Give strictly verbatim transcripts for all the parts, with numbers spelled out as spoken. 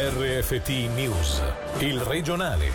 R F T News, il regionale.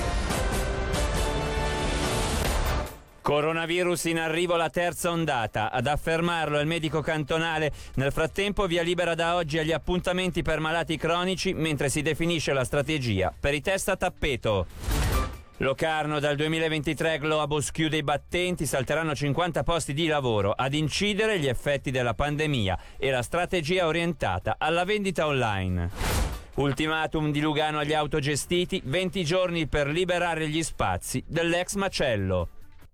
Coronavirus in arrivo, la terza ondata. Ad affermarlo è il medico cantonale. Nel frattempo via libera da oggi agli appuntamenti per malati cronici, mentre si definisce la strategia per i test a tappeto. Locarno, dal duemilaventitré Globus chiude i battenti, salteranno cinquanta posti di lavoro. Ad incidere gli effetti della pandemia e la strategia orientata alla vendita online. Ultimatum di Lugano agli autogestiti, venti giorni per liberare gli spazi dell'ex macello.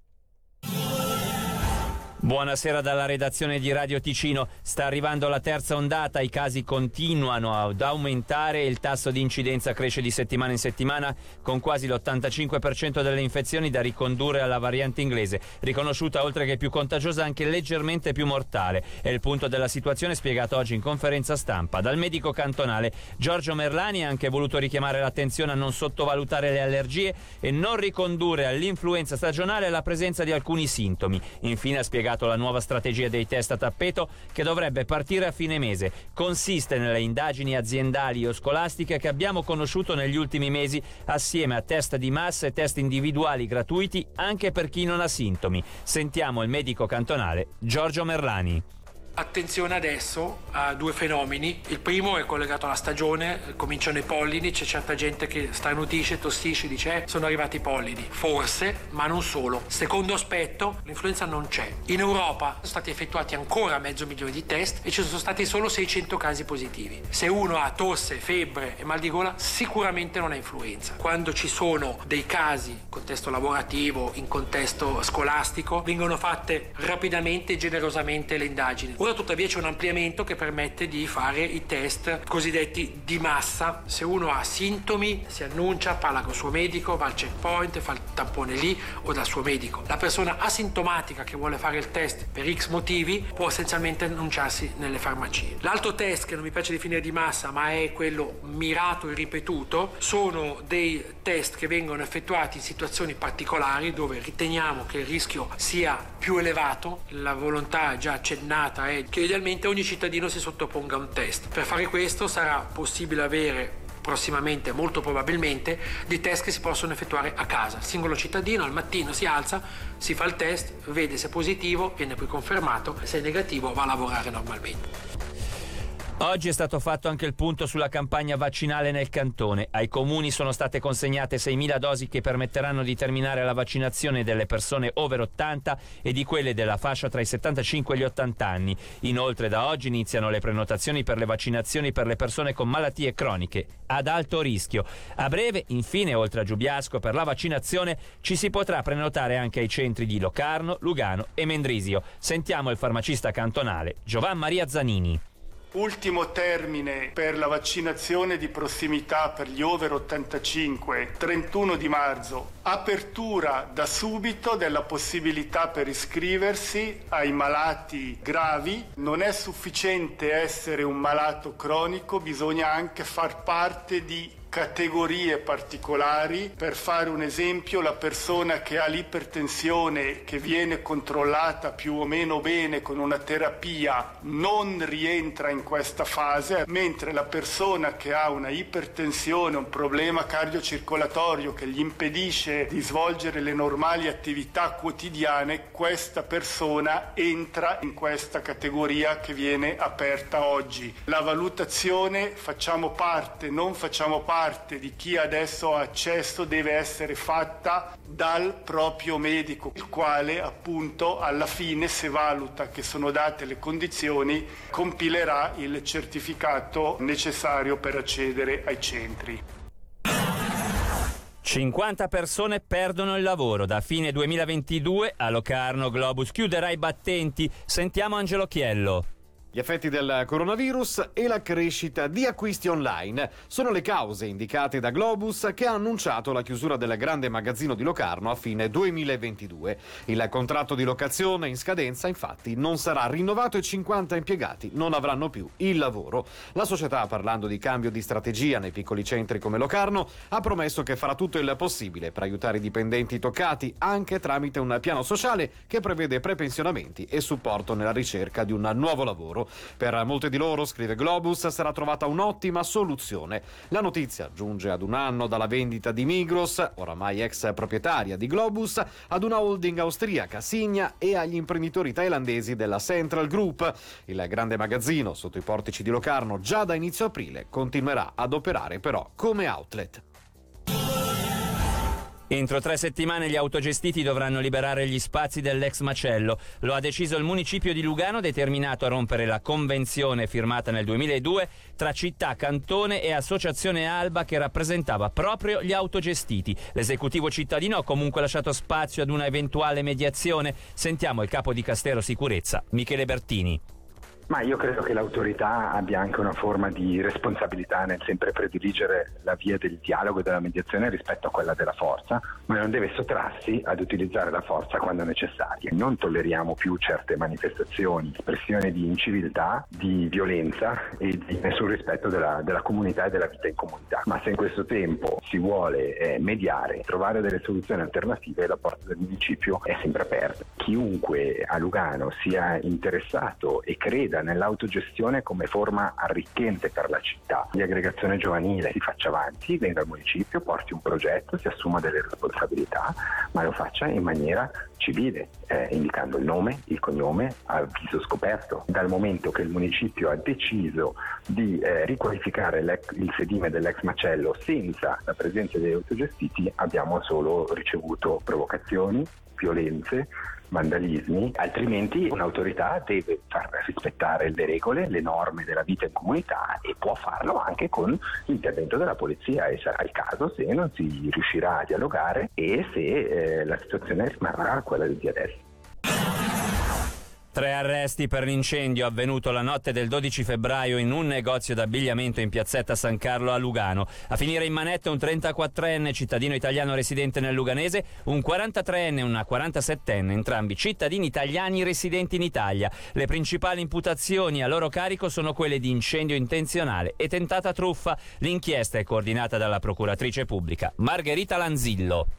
Buonasera dalla redazione di Radio Ticino. Sta arrivando la terza ondata, i casi continuano ad aumentare e il tasso di incidenza cresce di settimana in settimana, con quasi l'ottantacinque per cento delle infezioni da ricondurre alla variante inglese, riconosciuta oltre che più contagiosa anche leggermente più mortale. È il punto della situazione spiegato oggi in conferenza stampa dal medico cantonale. Giorgio Merlani ha anche voluto richiamare l'attenzione a non sottovalutare le allergie e non ricondurre all'influenza stagionale la presenza di alcuni sintomi. Infine ha spiegato la nuova strategia dei test a tappeto che dovrebbe partire a fine mese. Consiste nelle indagini aziendali o scolastiche che abbiamo conosciuto negli ultimi mesi, assieme a test di massa e test individuali gratuiti anche per chi non ha sintomi. Sentiamo il medico cantonale Giorgio Merlani. Attenzione adesso a due fenomeni. Il primo è collegato alla stagione, cominciano i pollini, c'è certa gente che starnutisce, tossisce, dice eh, sono arrivati i pollini. Forse, ma non solo. Secondo aspetto, l'influenza non c'è. In Europa sono stati effettuati ancora mezzo milione di test e ci sono stati solo seicento casi positivi. Se uno ha tosse, febbre e mal di gola, sicuramente non è influenza. Quando ci sono dei casi in contesto lavorativo, in contesto scolastico, vengono fatte rapidamente e generosamente le indagini. Ora tuttavia c'è un ampliamento che permette di fare i test cosiddetti di massa. Se uno ha sintomi, si annuncia, parla con il suo medico, va al checkpoint, fa il tampone lì o dal suo medico. La persona asintomatica che vuole fare il test per X motivi può essenzialmente annunciarsi nelle farmacie. L'altro test, che non mi piace definire di massa ma è quello mirato e ripetuto, sono dei test che vengono effettuati in situazioni particolari dove riteniamo che il rischio sia più elevato. La volontà già accennata è che idealmente ogni cittadino si sottoponga a un test. Per fare questo sarà possibile avere prossimamente, molto probabilmente, dei test che si possono effettuare a casa. Il singolo cittadino al mattino si alza, si fa il test, vede se è positivo, viene poi confermato, se è negativo va a lavorare normalmente. Oggi è stato fatto anche il punto sulla campagna vaccinale nel cantone. Ai comuni sono state consegnate seimila dosi che permetteranno di terminare la vaccinazione delle persone over ottanta e di quelle della fascia tra i settantacinque e gli ottanta anni. Inoltre da oggi iniziano le prenotazioni per le vaccinazioni per le persone con malattie croniche ad alto rischio. A breve, infine, oltre a Giubiasco, per la vaccinazione ci si potrà prenotare anche ai centri di Locarno, Lugano e Mendrisio. Sentiamo il farmacista cantonale Giovan Maria Zanini. Ultimo termine per la vaccinazione di prossimità per gli over ottantacinque, trentuno di marzo. Apertura da subito della possibilità per iscriversi ai malati gravi. Non è sufficiente essere un malato cronico, bisogna anche far parte di categorie particolari. Per fare un esempio, la persona che ha l'ipertensione, che viene controllata più o meno bene con una terapia, non rientra in questa fase, mentre la persona che ha una ipertensione, un problema cardiocircolatorio che gli impedisce di svolgere le normali attività quotidiane, questa persona entra in questa categoria che viene aperta oggi. La valutazione, facciamo parte, non facciamo parte di chi adesso ha accesso, deve essere fatta dal proprio medico, il quale appunto alla fine, se valuta che sono date le condizioni, compilerà il certificato necessario per accedere ai centri. cinquanta persone perdono il lavoro. Da fine duemilaventidue a Locarno Globus chiuderà i battenti. Sentiamo Angelo Chiello. Gli effetti del coronavirus e la crescita di acquisti online sono le cause indicate da Globus, che ha annunciato la chiusura del grande magazzino di Locarno a fine duemilaventidue. Il contratto di locazione in scadenza infatti non sarà rinnovato e cinquanta impiegati non avranno più il lavoro. La società, parlando di cambio di strategia nei piccoli centri come Locarno, ha promesso che farà tutto il possibile per aiutare i dipendenti toccati, anche tramite un piano sociale che prevede prepensionamenti e supporto nella ricerca di un nuovo lavoro. Maccello. Per molte di loro, scrive Globus, sarà trovata un'ottima soluzione. La notizia giunge ad un anno dalla vendita di Migros, oramai ex proprietaria di Globus, ad una holding austriaca, Signa, e agli imprenditori thailandesi della Central Group. Il grande magazzino sotto i portici di Locarno già da inizio aprile continuerà ad operare però come outlet. Entro tre settimane gli autogestiti dovranno liberare gli spazi dell'ex macello. Lo ha deciso il municipio di Lugano, determinato a rompere la convenzione firmata nel duemiladue tra città, cantone e associazione Alba, che rappresentava proprio gli autogestiti. L'esecutivo cittadino ha comunque lasciato spazio ad una eventuale mediazione. Sentiamo il capo di Castero Sicurezza, Michele Bertini. Ma io credo che l'autorità abbia anche una forma di responsabilità nel sempre prediligere la via del dialogo e della mediazione rispetto a quella della forza, ma non deve sottrarsi ad utilizzare la forza quando necessaria. Non tolleriamo più certe manifestazioni, espressioni di inciviltà, di violenza e di nessun rispetto della, della comunità e della vita in comunità. Ma se in questo tempo si vuole eh, mediare, trovare delle soluzioni alternative, la porta del municipio è sempre aperta. Chiunque a Lugano sia interessato e creda nell'autogestione come forma arricchente per la città di aggregazione giovanile, si faccia avanti, venga al municipio, porti un progetto, si assuma delle responsabilità, ma lo faccia in maniera civile, eh, indicando il nome, il cognome, a viso scoperto. Dal momento che il municipio ha deciso di eh, riqualificare il sedime dell'ex macello senza la presenza degli autogestiti, abbiamo solo ricevuto provocazioni, violenze, vandalismi, altrimenti un'autorità deve far rispettare le regole, le norme della vita in comunità, e può farlo anche con l'intervento della polizia, e sarà il caso se non si riuscirà a dialogare e se eh, la situazione rimarrà quella di adesso. Tre arresti per l'incendio avvenuto la notte del dodici febbraio in un negozio d'abbigliamento in piazzetta San Carlo a Lugano. A finire in manette un trentaquattrenne cittadino italiano residente nel Luganese, un quarantatreenne e una quarantasettenne, entrambi cittadini italiani residenti in Italia. Le principali imputazioni a loro carico sono quelle di incendio intenzionale e tentata truffa. L'inchiesta è coordinata dalla procuratrice pubblica Margherita Lanzillo.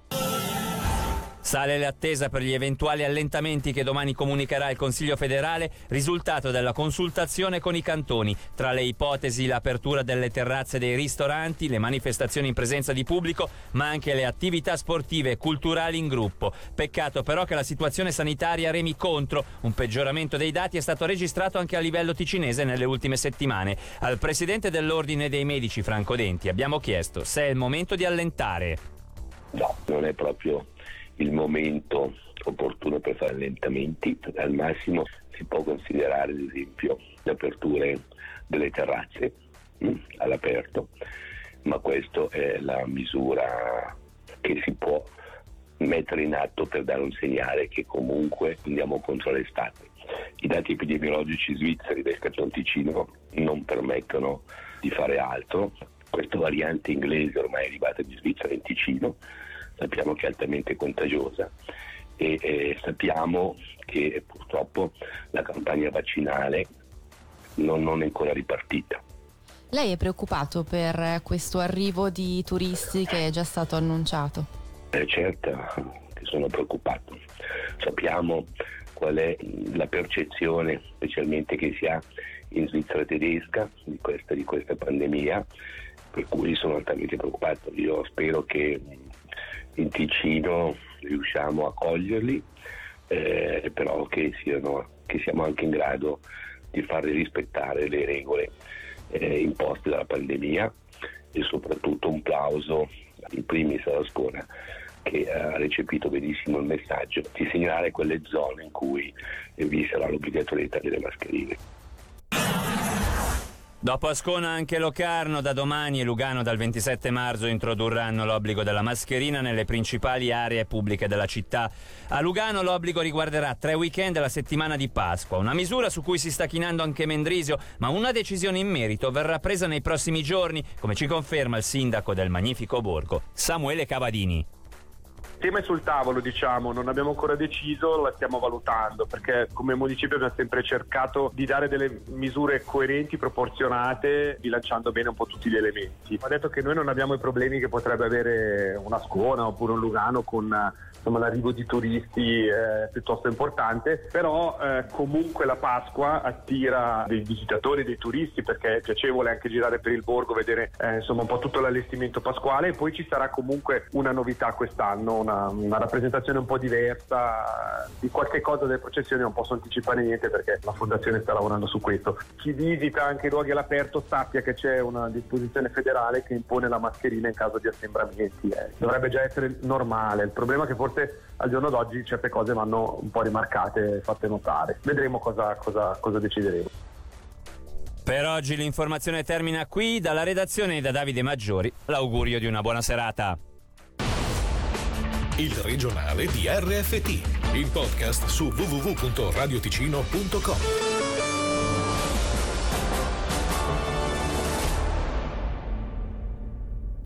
Sale l'attesa per gli eventuali allentamenti che domani comunicherà il Consiglio federale, risultato della consultazione con i cantoni. Tra le ipotesi l'apertura delle terrazze dei ristoranti, le manifestazioni in presenza di pubblico, ma anche le attività sportive e culturali in gruppo. Peccato però che la situazione sanitaria remi contro. Un peggioramento dei dati è stato registrato anche a livello ticinese nelle ultime settimane. Al presidente dell'Ordine dei Medici, Franco Denti, abbiamo chiesto se è il momento di allentare. No, non è proprio il momento opportuno per fare allentamenti. Al massimo si può considerare, ad esempio, le aperture delle terrazze mh, all'aperto, ma questa è la misura che si può mettere in atto per dare un segnale che comunque andiamo contro l'estate. I dati epidemiologici svizzeri del Canton Ticino non permettono di fare altro. Questa variante inglese ormai è arrivata di Svizzera in Ticino, sappiamo che è altamente contagiosa e eh, sappiamo che purtroppo la campagna vaccinale non, non è ancora ripartita. Lei è preoccupato per questo arrivo di turisti che è già stato annunciato? Eh, certo che sono preoccupato. Sappiamo qual è la percezione, specialmente che si ha in Svizzera tedesca, di questa, di questa pandemia, per cui sono altamente preoccupato. Io spero che in Ticino riusciamo a coglierli, eh, però che, siano, che siamo anche in grado di farli rispettare le regole eh, imposte dalla pandemia, e soprattutto un plauso in primis alla Ascona, che ha recepito benissimo il messaggio di segnalare quelle zone in cui vi sarà l'obbligatorietà delle mascherine. Dopo Ascona anche Locarno da domani e Lugano dal ventisette marzo introdurranno l'obbligo della mascherina nelle principali aree pubbliche della città. A Lugano l'obbligo riguarderà tre weekend della settimana di Pasqua, una misura su cui si sta chinando anche Mendrisio, ma una decisione in merito verrà presa nei prossimi giorni, come ci conferma il sindaco del magnifico borgo, Samuele Cavadini. Il tema è sul tavolo, diciamo, non abbiamo ancora deciso, la stiamo valutando, perché come municipio abbiamo sempre cercato di dare delle misure coerenti, proporzionate, bilanciando bene un po' tutti gli elementi. Va detto che noi non abbiamo i problemi che potrebbe avere una Ascona oppure un Lugano con insomma l'arrivo di turisti eh, piuttosto importante, però eh, comunque la Pasqua attira dei visitatori, dei turisti, perché è piacevole anche girare per il borgo, vedere eh, insomma un po' tutto l'allestimento pasquale, e poi ci sarà comunque una novità quest'anno, una, una rappresentazione un po' diversa di qualche cosa delle processioni. Non posso anticipare niente perché la fondazione sta lavorando su questo. Chi visita anche i luoghi all'aperto sappia che c'è una disposizione federale che impone la mascherina in caso di assembramenti. Eh. Dovrebbe già essere normale, il problema è che forse al giorno d'oggi certe cose vanno un po' rimarcate e fatte notare. Vedremo cosa, cosa, cosa decideremo. Per oggi l'informazione termina qui. Dalla redazione da Davide Maggiori l'augurio di una buona serata. Il regionale di R F T, il podcast su w w w punto radioticino punto com.